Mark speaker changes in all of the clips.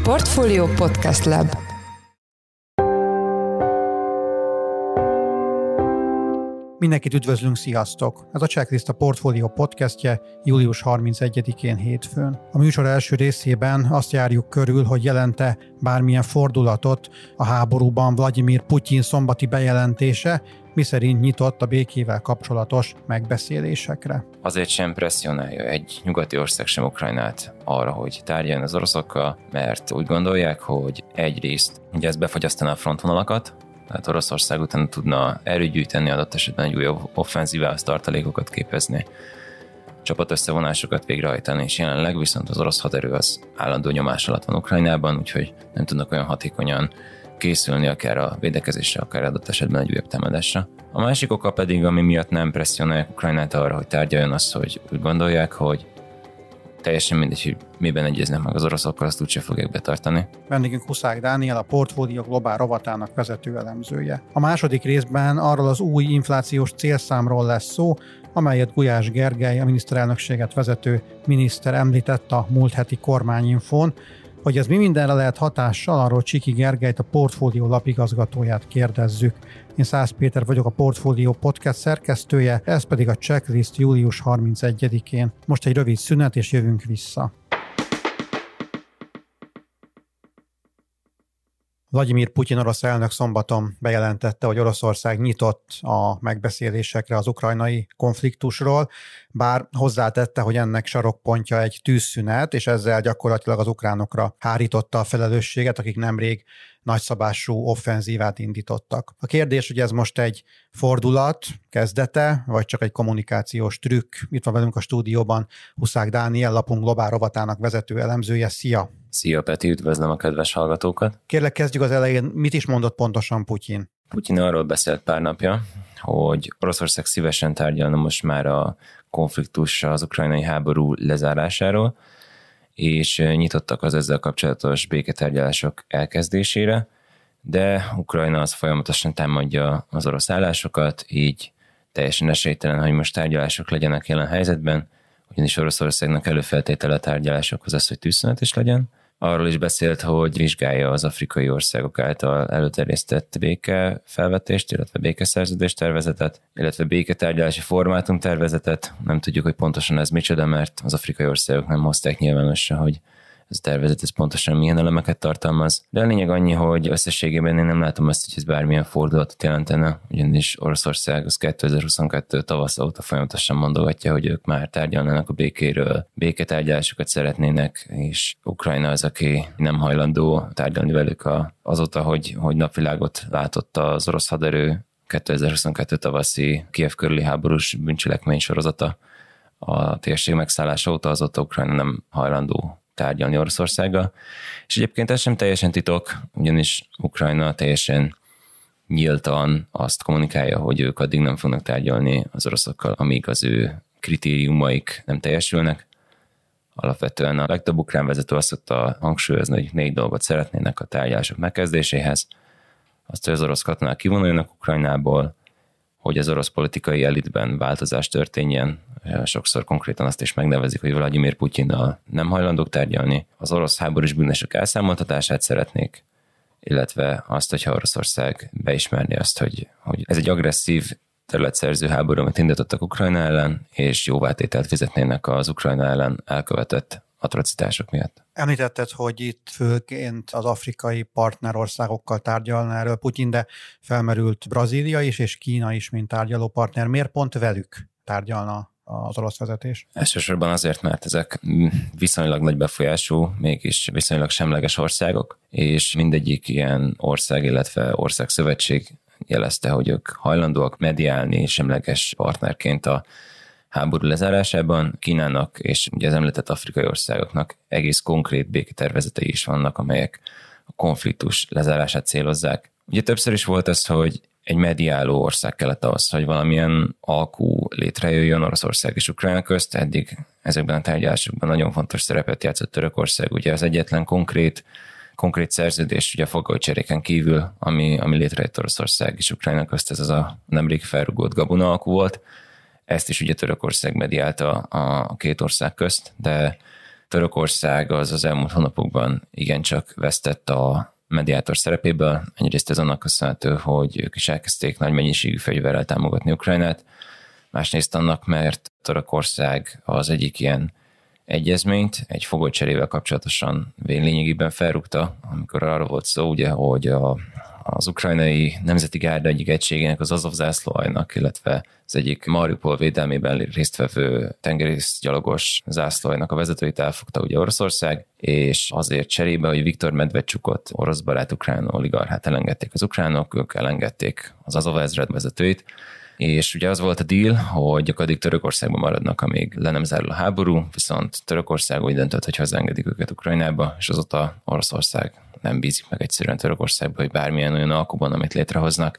Speaker 1: Portfolio Podcast Lab.
Speaker 2: Mindenkit üdvözlünk, sziasztok! Ez a Checklist a Portfolio podcastje július 31-én hétfőn. A műsor első részében azt járjuk körül, hogy jelente bármilyen fordulatot a háborúban Vladimir Putyin szombati bejelentése, miszerint nyitott a békével kapcsolatos megbeszélésekre.
Speaker 3: Azért sem presszionálja egy nyugati ország sem Ukrajnát arra, hogy tárgyaljon az oroszokkal, mert úgy gondolják, hogy egyrészt ugye ez befagyasztaná a frontvonalakat, tehát Oroszország után tudna erőgyűjteni, adott esetben egy újabb offenzívához tartalékokat képezni, csapatösszevonásokat végrehajtani, és jelenleg viszont az orosz haderő az állandó nyomás alatt van Ukrajnában, úgyhogy nem tudnak olyan hatékonyan készülni akár a védekezésre, akár adott esetben egy újabb támadásra. A másik oka pedig, ami miatt nem presszionálják Ukrajnát arra, hogy tárgyaljon, az, hogy úgy gondolják, hogy teljesen mindegy, hogy miben egyeznek meg az oroszokkal, azt úgyse fogják betartani.
Speaker 2: Vendégünk Huszák Dániel, a Portfolio Globál rovatának vezető elemzője. A második részben arról az új inflációs célszámról lesz szó, amelyet Gulyás Gergely, a miniszterelnökséget vezető miniszter említett a múlt heti kormányinfón. Hogy ez mi mindenre lehet hatással, arról Csiki Gergelyt, a Portfolio lapigazgatóját kérdezzük. Én Szász Péter vagyok, a Portfolio podcast szerkesztője, ez pedig a Checklist július 31-én. Most egy rövid szünet, és jövünk vissza. Vladimir Putyin orosz elnök szombaton bejelentette, hogy Oroszország nyitott a megbeszélésekre az ukrajnai konfliktusról, bár hozzátette, hogy ennek sarokpontja egy tűzszünet, és ezzel gyakorlatilag az ukránokra hárította a felelősséget, akik nemrég nagyszabású offenzívát indítottak. A kérdés, hogy ez most egy fordulat kezdete, vagy csak egy kommunikációs trükk. Itt van velünk a stúdióban Huszák Dániel, lapunk globál rovatának vezető elemzője. Szia!
Speaker 3: Szia Peti, üdvözlöm a kedves hallgatókat!
Speaker 2: Kérlek, kezdjük az elején. Mit is mondott pontosan Putyin?
Speaker 3: Putyin arról beszélt pár napja, hogy Oroszország szívesen tárgyalna most már a konfliktus, az ukrajnai háború lezárásáról, és nyitottak az ezzel kapcsolatos béketárgyalások elkezdésére, de Ukrajna az folyamatosan támadja az orosz állásokat, így teljesen esélytelen, hogy most tárgyalások legyenek jelen helyzetben, ugyanis Oroszországnak előfeltétele a tárgyalásokhoz az, hogy tűzszünet is legyen. Arról is beszélt, hogy vizsgálja az afrikai országok által előterjesztett békefelvetést, illetve békeszerződés tervezetet, illetve béketárgyalási formátum tervezetet. Nem tudjuk, hogy pontosan ez micsoda, mert az afrikai országok nem hozták nyilvánosra, hogy ez a tervezet ez pontosan milyen elemeket tartalmaz. De a lényeg annyi, hogy összességében én nem látom azt, hogy ez bármilyen fordulatot jelentene, ugyanis Oroszország az 2022 tavasz óta folyamatosan mondogatja, hogy ők már tárgyalnának a békéről, béketárgyalásokat szeretnének, és Ukrajna az, aki nem hajlandó tárgyalni velük azóta, hogy napvilágot látott az orosz haderő 2022 tavaszi Kijev körüli háborús bűncselekmény sorozata. A térség megszállása óta azóta Ukrajna nem hajlandó tárgyalni Oroszországgal. És egyébként ez sem teljesen titok, ugyanis Ukrajna teljesen nyíltan azt kommunikálja, hogy ők addig nem fognak tárgyalni az oroszokkal, amíg az ő kritériumaik nem teljesülnek. Alapvetően a legtöbb ukrán vezető azt szokta hangsúlyozni, hogy 4 dolgot szeretnének a tárgyalások megkezdéséhez. Azt, hogy az orosz katonák kivonuljanak Ukrajnából, hogy az orosz politikai elitben változás történjen, sokszor konkrétan azt is megnevezik, hogy Vladimir Putyinnal nem hajlandók tárgyalni, az orosz háborús bűnösök elszámoltatását szeretnék, illetve azt, hogyha Oroszország beismerni azt, hogy ez egy agresszív területszerző háború, amit indítottak Ukrajna ellen, és jóvátételt fizetnének az Ukrajna ellen elkövetett atrocitások miatt.
Speaker 2: Említetted, hogy itt főként az afrikai partnerországokkal tárgyalna erről Putyin, de felmerült Brazília is, és Kína is, mint tárgyaló partner. Miért pont velük tárgyalna az orosz vezetés?
Speaker 3: Elsősorban azért, mert ezek viszonylag nagy befolyású, mégis viszonylag semleges országok, és mindegyik ilyen ország, illetve országszövetség jelezte, hogy ők hajlandóak mediálni semleges partnerként a háború lezárásában. Kínának és ugye az említett afrikai országoknak egész konkrét béketervezetei is vannak, amelyek a konfliktus lezárását célozzák. Ugye többször is volt az, hogy egy mediáló ország kellett ahhoz, hogy valamilyen alkú létrejöjjön Oroszország és Ukrajna közt. Eddig ezekben a tárgyalásokban nagyon fontos szerepet játszott Törökország. Ugye az egyetlen konkrét szerződés, ugye a fogolycseréken kívül, ami létrejött Oroszország és Ukrajna közt, ez az a nemrég felrugott gabona alkú volt. Ezt is ugye Törökország mediálta a két ország közt, de Törökország az elmúlt hónapokban igencsak vesztett a mediátor szerepéből. Egyrészt ez annak köszönhető, hogy ők is elkezdték nagy mennyiségű fegyverrel támogatni Ukrajnát, másrészt annak, mert Törökország az egyik ilyen egyezményt egy fogolycserével kapcsolatosan lényegében felrúgta, amikor arra volt szó, ugye, hogy az ukrajnai nemzeti gárda egyik egységének, az Azov zászlóalajnak, illetve az egyik Mariupol védelmében résztvevő tengerészgyalogos zászlóalajnak a vezetőit elfogta ugye Oroszország, és azért cserébe, hogy Viktor Medvedcsukot, orosz barát ukrán oligarchát elengedték az ukránok, ők elengedték az Azov ezred vezetőit, és ugye az volt a deal, hogy addig Törökországban maradnak, amíg le nem zárul a háború, viszont Törökország úgy döntött, hogy hazaengedik őket Ukrajnába, és azóta Oroszország nem bízik meg egyszerűen Törökországba, hogy bármilyen olyan alkuban, amit létrehoznak,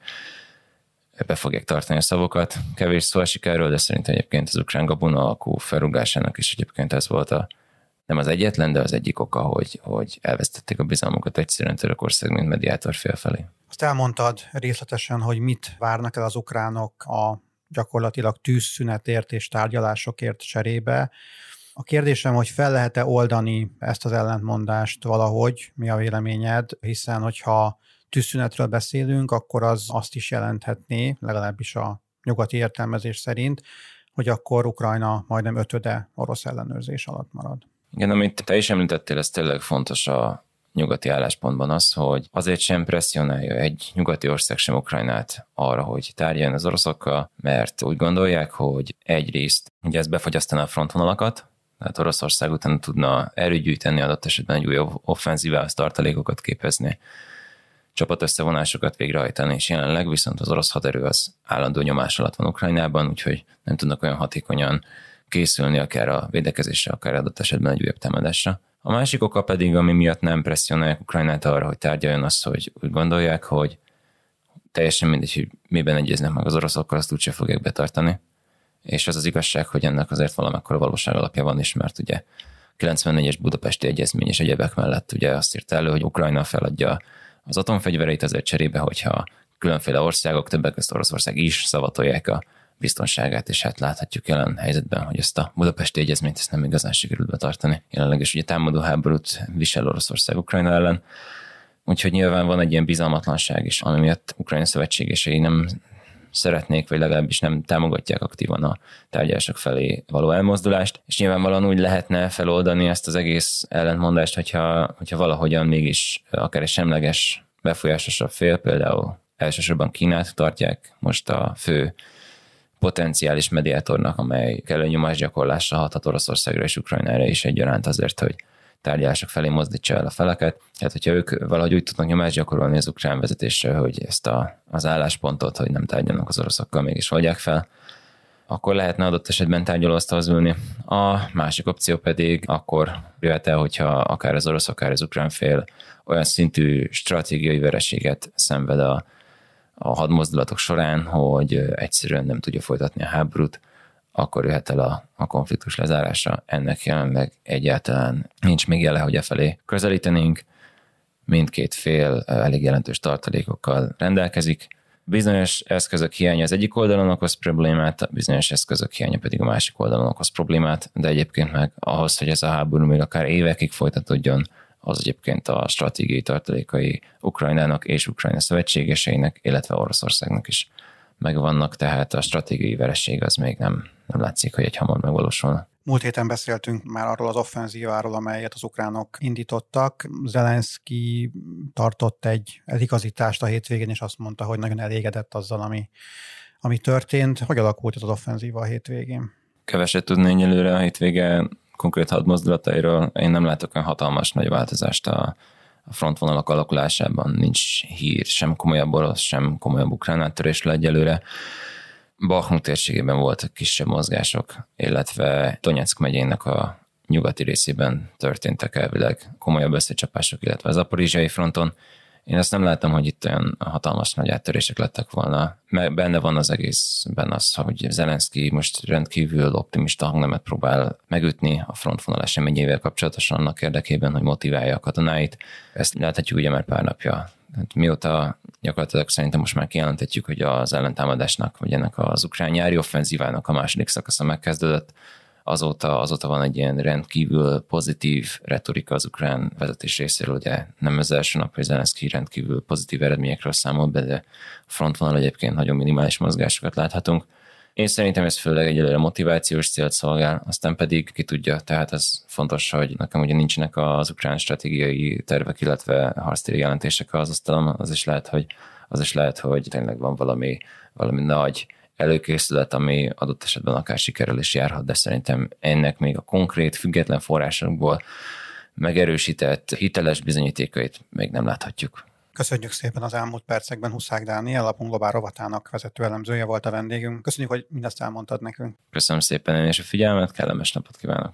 Speaker 3: be fogják tartani a szavokat. Kevés szó esik erről, de szerintem egyébként az ukrán gabona alkú felrúgásának is egyébként ez volt nem az egyetlen, de az egyik oka, hogy elvesztették a bizalmukat egyszerűen Törökország, mint mediátor fél felé.
Speaker 2: Azt elmondtad részletesen, hogy mit várnak el az ukránok a gyakorlatilag tűzszünetért és tárgyalásokért cserébe. A kérdésem, hogy fel lehet-e oldani ezt az ellentmondást valahogy, mi a véleményed, hiszen hogyha tűzszünetről beszélünk, akkor az azt is jelenthetné, legalábbis a nyugati értelmezés szerint, hogy akkor Ukrajna majdnem 5/5 orosz ellenőrzés alatt marad.
Speaker 3: Igen, amit te is említettél, ez tényleg fontos a nyugati álláspontban az, hogy azért sem presszionálja egy nyugati ország sem Ukrajnát arra, hogy tárgyaljon az oroszokkal, mert úgy gondolják, hogy egyrészt ugye ez befagyasztaná a frontvonalakat, tehát Oroszország után tudna erőgyűjteni, adott esetben egy új offenzívához tartalékokat képezni, csapatösszevonásokat végrehajtani, és jelenleg viszont az orosz haderő az állandó nyomás alatt van Ukrajnában, úgyhogy nem tudnak olyan hatékonyan készülni akár a védekezésre, akár adott esetben egy újabb támadásra. A másik oka pedig, ami miatt nem presszionálják Ukrajnát arra, hogy tárgyaljon, az, hogy úgy gondolják, hogy teljesen mindegy, hogy miben egyeznek meg az oroszokkal, azt úgyse fogják betartani. És az az igazság, hogy ennek azért valamekkora valóság alapja van is, mert ugye 94-es budapesti egyezmény és egyebek mellett ugye azt írta elő, hogy Ukrajna feladja az atomfegyvereit azért cserébe, hogyha különféle országok, többek között Oroszország is szavatolják a biztonságát, és hát láthatjuk jelen helyzetben, hogy ezt a budapesti egyezményt ezt nem igazán sikerült betartani. Jelenleg is ugye támadó háborút visel Oroszország Ukrajna ellen, úgyhogy nyilván van egy ilyen bizalmatlanság is, ami miatt Ukrajna szövetségesei nem szeretnék, vagy legalábbis nem támogatják aktívan a tárgyalások felé való elmozdulást, és nyilvánvalóan úgy lehetne feloldani ezt az egész ellentmondást, hogyha valahogyan mégis akár egy semleges, befolyásosabb fél, például elsősorban Kínát tartják most a fő potenciális mediátornak, amely kellő nyomásgyakorlásra hathat Oroszországra és Ukrajnára is egyaránt azért, hogy tárgyalások felé mozdítsa el a feleket. Tehát, hogyha ők valahogy úgy tudnak nyomást gyakorolni az ukrán vezetésre, hogy ezt az álláspontot, hogy nem tárgyalnak az oroszokkal, mégis oldják fel, akkor lehetne adott esetben tárgyalóasztalhoz ülni. A másik opció pedig akkor jöhet el, hogyha akár az orosz, akár az ukrán fél olyan szintű stratégiai vereséget szenved a hadmozdulatok során, hogy egyszerűen nem tudja folytatni a háborút, akkor jöhet el a konfliktus lezárása. Ennek jelenleg egyáltalán nincs még jele, hogy e felé közelítenénk. Mindkét fél elég jelentős tartalékokkal rendelkezik. Bizonyos eszközök hiánya az egyik oldalon okoz problémát, bizonyos eszközök hiánya pedig a másik oldalon okoz problémát, de egyébként meg ahhoz, hogy ez a háború még akár évekig folytatódjon, az egyébként a stratégiai tartalékai Ukrajnának és Ukrajna szövetségeseinek, illetve Oroszországnak is megvannak, tehát a stratégiai veresség az még nem látszik, hogy egy hamar megvalósulna.
Speaker 2: Múlt héten beszéltünk már arról az offenzíváról, amelyet az ukránok indítottak. Zelenszky tartott egy igazítást a hétvégén, és azt mondta, hogy nagyon elégedett azzal, ami történt. Hogy alakult ez az offenzíva a hétvégén?
Speaker 3: Keveset tudni egyelőre a hétvége konkrét hadmozdulatairól. Én nem látok olyan hatalmas nagy változást a frontvonalak alakulásában. Nincs hír sem komolyabb orosz, sem komolyabb ukrán áttörésről egyelőre. Bakhmut térségében voltak kisebb mozgások, illetve Donyeck megyének a nyugati részében történtek elvileg komolyabb összecsapások, illetve az zaporizsiai fronton. Én azt nem láttam, hogy itt olyan hatalmas nagy áttörések lettek volna. Mert benne van az egészben az, hogy Zelenszky most rendkívül optimista hangnemet próbál megütni a frontvonal eseményével kapcsolatosan annak érdekében, hogy motiválja a katonáit. Ezt láthatjuk ugye már pár napja. Mióta gyakorlatilag szerintem most már kijelentetjük, hogy az ellentámadásnak, vagy ennek az ukrán nyári offenzívának a második szakasza megkezdődött, azóta van egy ilyen rendkívül pozitív retorika az ukrán vezetés részéről, ugye nem az első nap, hogy Zelenszkij rendkívül pozitív eredményekről számol be, de a frontvonal egyébként nagyon minimális mozgásokat láthatunk. Én szerintem ez főleg egyelőre motivációs célt szolgál, aztán pedig ki tudja, tehát ez fontos, hogy nekem ugye nincsenek az ukrán stratégiai tervek, illetve harctéri jelentések az asztalon, az is lehet, hogy tényleg van valami nagy előkészület, ami adott esetben akár sikerrel is járhat, de szerintem ennek még a konkrét, független forrásokból megerősített, hiteles bizonyítékait még nem láthatjuk.
Speaker 2: Köszönjük szépen az elmúlt percekben Huszák Dániel, a Globál rovatának vezető elemzője volt a vendégünk. Köszönjük, hogy mindezt elmondtad nekünk.
Speaker 3: Köszönöm szépen én és a figyelmet, kellemes napot kívánok.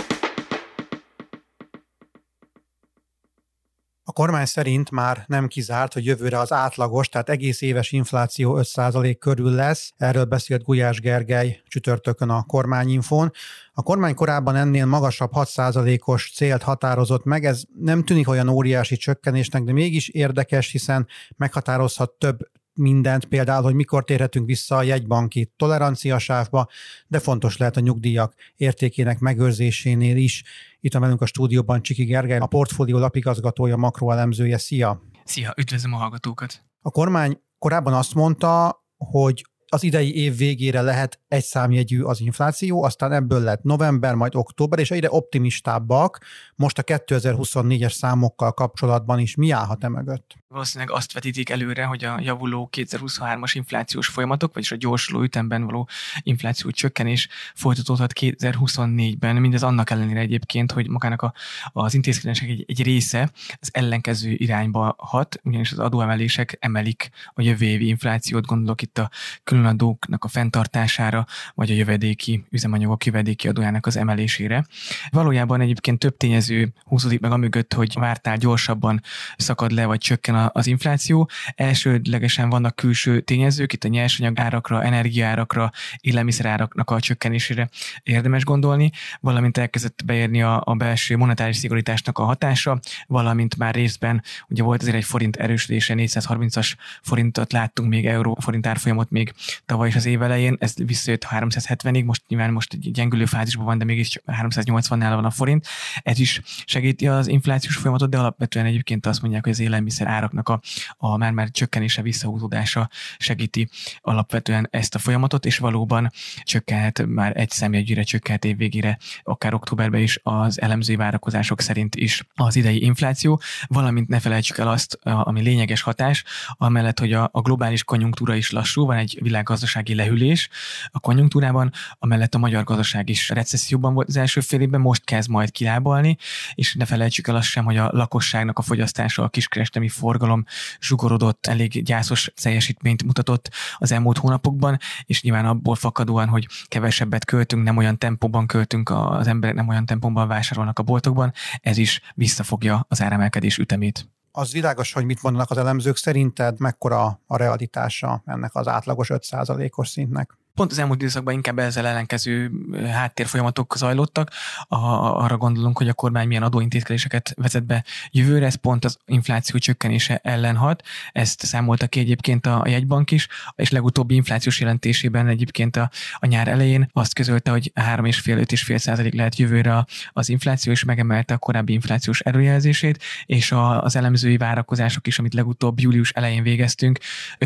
Speaker 2: A kormány szerint már nem kizárt, hogy jövőre az átlagos, tehát egész éves infláció 5% körül lesz. Erről beszélt Gulyás Gergely csütörtökön a Kormányinfón. A kormány korábban ennél magasabb 6%-os célt határozott meg. Ez nem tűnik olyan óriási csökkenésnek, de mégis érdekes, hiszen meghatározhat több mindent, például, hogy mikor térhetünk vissza a jegybanki toleranciasávba, de fontos lehet a nyugdíjak értékének megőrzésénél is. Itt van velünk a stúdióban Csiki Gergely, a Portfólió lapigazgatója, makroelemzője. Szia!
Speaker 4: Szia, üdvözlöm a hallgatókat!
Speaker 2: A kormány korábban azt mondta, hogy az idei év végére lehet egy számjegyű az infláció, aztán ebből lett november, majd október, és egyre optimistábbak. Most a 2024-es számokkal kapcsolatban is mi állhat e mögött?
Speaker 4: Valószínűleg azt vetítik előre, hogy a javuló 2023-as inflációs folyamatok, vagyis a gyorsuló ütemben való infláció csökkenés folytatódhat 2024-ben. Mindez annak ellenére egyébként, hogy magának az intézkedések egy része az ellenkező irányba hat, ugyanis az adóemelések emelik a jövő évi inflációt, gondolok itt a különadóknak a fenntartására, vagy a üzemanyagok jövedéki adójának az emelésére. Valójában egyébként több tényező húzódik meg amögött, hogy vártál gyorsabban szakad le, vagy csökken az infláció. Elsődlegesen vannak külső tényezők, itt a nyersanyag árakra, energiaárakra, élelmiszeráraknak a csökkenésére érdemes gondolni, valamint elkezdett beérni a belső monetáris szigorításnak a hatása, valamint már részben ugye volt azért egy forint erősödése, 430-as forintot láttunk még, euró-forint árfolyamot még tavaly is az év elején, ez visszajött 370-ig, most egy gyengülő fázisban van, de mégis 380-nál van a forint. Ez is segíti az inflációs folyamatot, de alapvetően egyébként azt mondják, hogy az élelmiszer áraknak a már csökkenése, visszahúzódása segíti alapvetően ezt a folyamatot, és valóban csökkenhet, már egy számjegyűre csökkenhet év végére, akár októberben is az elemzői várakozások szerint is az idei infláció, valamint ne felejtsük el azt, ami lényeges hatás, amellett, hogy a globális konjunktúra is lassú, van egy világgazdasági lehűlés a konjunktúrában, amellett a magyar gazdaság is recesszióban volt az első fél évben, most kezd majd kilábalni, és ne felejtsük el azt sem, hogy a lakosságnak a fogyasztása, a kiskereskedelmi forgalom zsugorodott, elég gyászos teljesítményt mutatott az elmúlt hónapokban, és nyilván abból fakadóan, hogy kevesebbet költünk, nem olyan tempóban költünk, az emberek nem olyan tempóban vásárolnak a boltokban, ez is visszafogja az áremelkedés ütemét.
Speaker 2: Az világos, hogy mit mondanak az elemzők, szerinted mekkora a realitása ennek az átlagos 5%-os szintnek?
Speaker 4: Pont az elmúlt időszakban inkább ezzel ellenkező háttérfolyamatok zajlottak. Arra gondolunk, hogy a kormány milyen adóintézkedéseket vezet be jövőre, ez pont az infláció csökkenése ellen hat. Ezt számolta ki egyébként a jegybank is, és legutóbbi inflációs jelentésében egyébként a nyár elején azt közölte, hogy 3,5-5,5% lehet jövőre az infláció, és megemelte a korábbi inflációs előjelzését, és az elemzői várakozások is, amit legutóbb július elején végeztünk,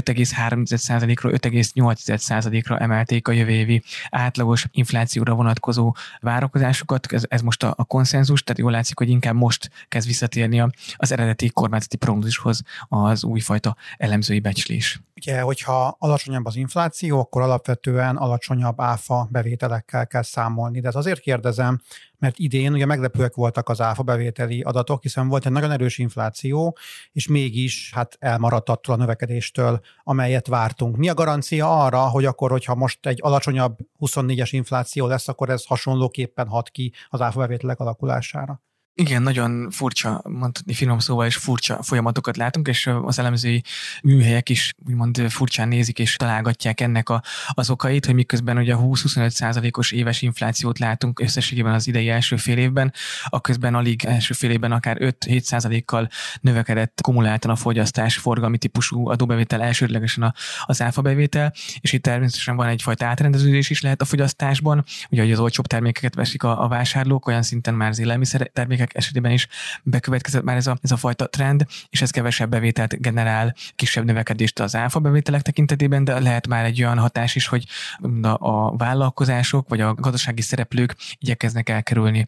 Speaker 4: 5,3%-ról 5,8%-ra emelték a jövő évi átlagos inflációra vonatkozó várakozásokat. Ez most a konszenzus, tehát jól látszik, hogy inkább most kezd visszatérni az eredeti kormányzati prognózishoz az újfajta elemzői becslés.
Speaker 2: Ugye, hogyha alacsonyabb az infláció, akkor alapvetően alacsonyabb áfa bevételekkel kell számolni. De ez azért kérdezem, mert idén ugye meglepőek voltak az áfa bevételi adatok, hiszen volt egy nagyon erős infláció, és mégis elmaradt attól a növekedéstől, amelyet vártunk. Mi a garancia arra, hogy akkor, hogyha most egy alacsonyabb 24-es infláció lesz, akkor ez hasonlóképpen hat ki az áfa bevételek alakulására?
Speaker 4: Igen, nagyon furcsa, mondhatni finom szóval is furcsa folyamatokat látunk, és az elemzői műhelyek is úgymond furcsán nézik és találgatják ennek az okait, hogy miközben ugye 20-25%-os éves inflációt látunk összességében az idei első fél évben, akközben alig első fél évben akár 5-7%-kal növekedett kumuláltan a fogyasztás, forgalmi típusú adóbevétel, elsődlegesen az áfabevétel, és itt természetesen van egyfajta átrendeződés is lehet a fogyasztásban, ugye hogy az olcsóbb termékeket veszik a vásárlók, olyan szinten már az élelmiszer termékek esetében is bekövetkezett már ez a fajta trend, és ez kevesebb bevételt generál, kisebb növekedést az áfa bevételek tekintetében, de lehet már egy olyan hatás is, hogy a vállalkozások vagy a gazdasági szereplők igyekeznek elkerülni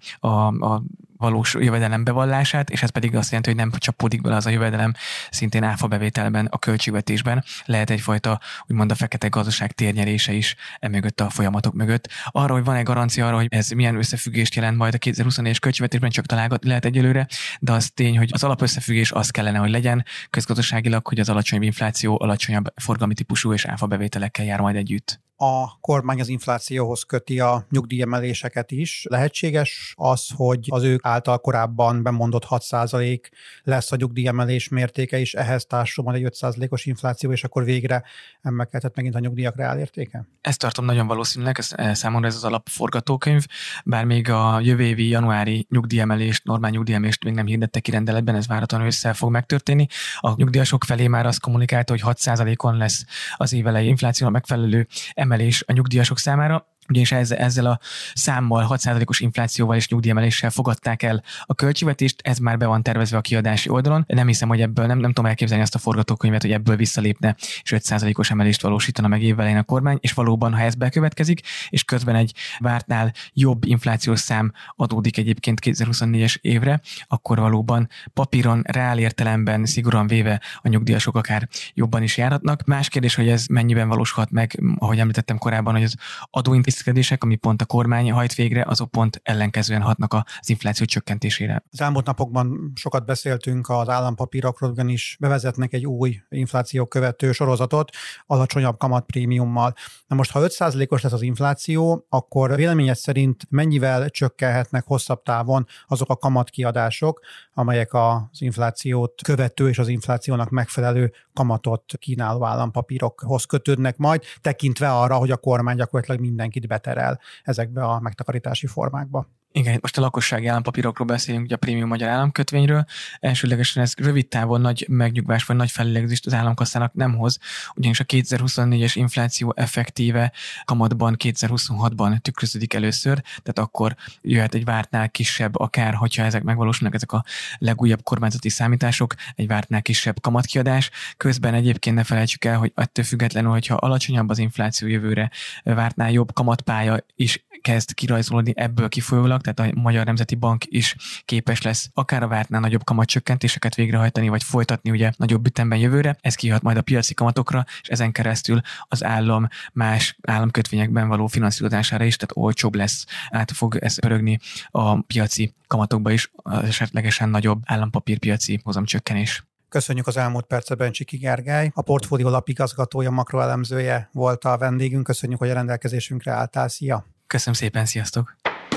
Speaker 4: a valós jövedelem bevallását, és ez pedig azt jelenti, hogy nem csapódik bele az a jövedelem szintén áfa bevételben, a költségvetésben. Lehet egyfajta, úgymond a fekete gazdaság térnyerése is emögött a folyamatok mögött. Arra, hogy van-e garancia arra, hogy ez milyen összefüggést jelent majd a 2024-es költségvetésben, csak találgatni lehet egyelőre, de az tény, hogy az alapösszefüggés az kellene, hogy legyen közgazdaságilag, hogy az alacsonyabb infláció, alacsonyabb forgalmi típusú és áfa bevételekkel jár majd együtt.
Speaker 2: A kormány az inflációhoz köti a nyugdíjemeléseket is. Lehetséges az, hogy az ők által korábban bemondott 6% lesz a nyugdíjemelés mértéke, és ehhez társul majd egy 5%-os infláció, és akkor végre emelkedhet megint a nyugdíjak reálértéke?
Speaker 4: Ezt tartom nagyon valószínűleg, számomra ez az alapforgatókönyv, bár még a jövő évi januári nyugdíjemelést, normál nyugdíjemelést még nem hirdettek ki rendeletben, ez várhatóan ősszel fog megtörténni. A nyugdíjasok felé már azt kommunikálta, hogy 6%-on lesz az év elejé infláció megfelelő emelés a nyugdíjasok számára, ugyanis ezzel a számmal, 6%-os inflációval és nyugdíjemeléssel fogadták el a költségvetést, ez már be van tervezve a kiadási oldalon. Nem hiszem, hogy ebből nem tudom elképzelni azt a forgatókönyvet, hogy ebből visszalépne és 5%-os emelést valósítana meg évelején a kormány, és valóban, ha ez bekövetkezik, és közben egy vártnál jobb inflációs szám adódik egyébként 2024-es évre, akkor valóban papíron, reál értelemben, szigorúan véve a nyugdíjasok akár jobban is járhatnak. Más kérdés, hogy ez mennyiben valósulhat meg, ahogy említettem korábban, hogy az adóintézkedések, ami pont a kormány hajt végre, azok pont ellenkezően hatnak az infláció csökkentésére.
Speaker 2: Az elmúlt napokban sokat beszéltünk az állampapírokról, ugyanis bevezetnek egy új infláció követő sorozatot alacsonyabb kamatprémiummal. Na most, ha 5%-os lesz az infláció, akkor véleményed szerint mennyivel csökkenhetnek hosszabb távon azok a kamatkiadások, amelyek az inflációt követő és az inflációnak megfelelő kamatot kínáló állampapírokhoz kötődnek majd, tekintve arra, hogy a kormány gyakorlatilag mindenkit beterel ezekbe a megtakarítási formákba.
Speaker 4: Igen, most a lakossági állampapírokról beszélünk, ugye a prémium magyar államkötvényről. Elsődlegesen ez rövid távon nagy megnyugvás vagy nagy fellélegzést az államkasszának nem hoz, ugyanis a 2024-es infláció effektíve kamatban 2026-ban tükröződik először, tehát akkor jöhet egy vártnál kisebb, akár hogyha ezek megvalósulnak, ezek a legújabb kormányzati számítások, egy vártnál kisebb kamatkiadás. Közben egyébként ne felejtsük el, hogy ettől függetlenül, hogyha alacsonyabb az infláció jövőre, vártnál jobb kamatpálya is kezd kirajzolódni ebből kifolyólag, tehát a Magyar Nemzeti Bank is képes lesz akár a vártnál nagyobb kamatcsökkentéseket végrehajtani, vagy folytatni ugye nagyobb ütemben jövőre. Ez kihat majd a piaci kamatokra, és ezen keresztül az állam más államkötvényekben való finanszírozására is, tehát olcsóbb lesz, át fog ez pörögni a piaci kamatokba is, az esetlegesen nagyobb állampapírpiaci hozamcsökkenés.
Speaker 2: Köszönjük az elmúlt percben Csiki Gergely, a Portfólió lapigazgatója, makroelemzője volt a vendégünk. Köszönjük, hogy a rendelkezésünkre álltál. Szia!
Speaker 4: Köszönöm szépen, sziasztok!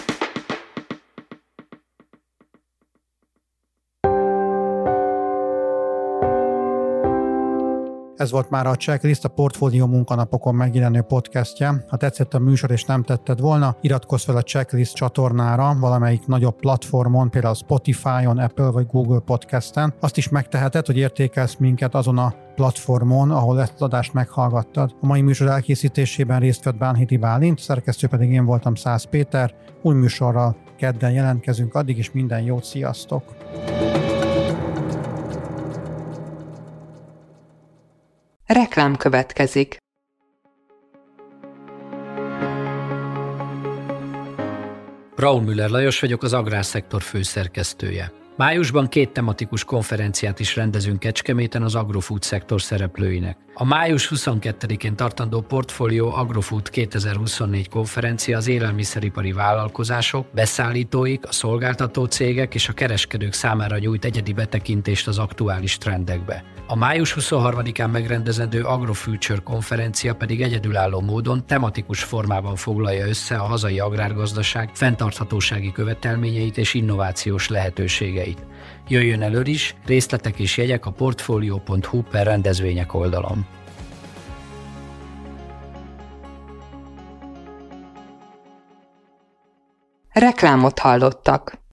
Speaker 2: Ez volt már a Checklist, a Portfólió munkanapokon megjelenő podcastje. Ha tetszett a műsor és nem tetted volna, iratkozz fel a Checklist csatornára valamelyik nagyobb platformon, például Spotify-on, Apple vagy Google Podcasten. Azt is megteheted, hogy értékelsz minket azon a platformon, ahol ezt az adást meghallgattad. A mai műsor elkészítésében részt vett Bánhidi Bálint, szerkesztő pedig én voltam Szász Péter. Új műsorral kedden jelentkezünk, addig is minden jót, sziasztok!
Speaker 1: Reklám következik.
Speaker 5: Braun Müller Lajos vagyok, az Agrárszektor főszerkesztője. Májusban 2 tematikus konferenciát is rendezünk Kecskeméten az agrofood szektor szereplőinek. A május 22-én tartandó Portfolio Agrofood 2024 konferencia az élelmiszeripari vállalkozások, beszállítóik, a szolgáltató cégek és a kereskedők számára nyújt egyedi betekintést az aktuális trendekbe. A május 23-án megrendezendő AgroFuture konferencia pedig egyedülálló módon tematikus formában foglalja össze a hazai agrárgazdaság fenntarthatósági követelményeit és innovációs lehetőségeit. Jöjjön elő is, részletek és jegyek a portfolio.hu/rendezvények oldalon.
Speaker 1: Reklámot hallottak.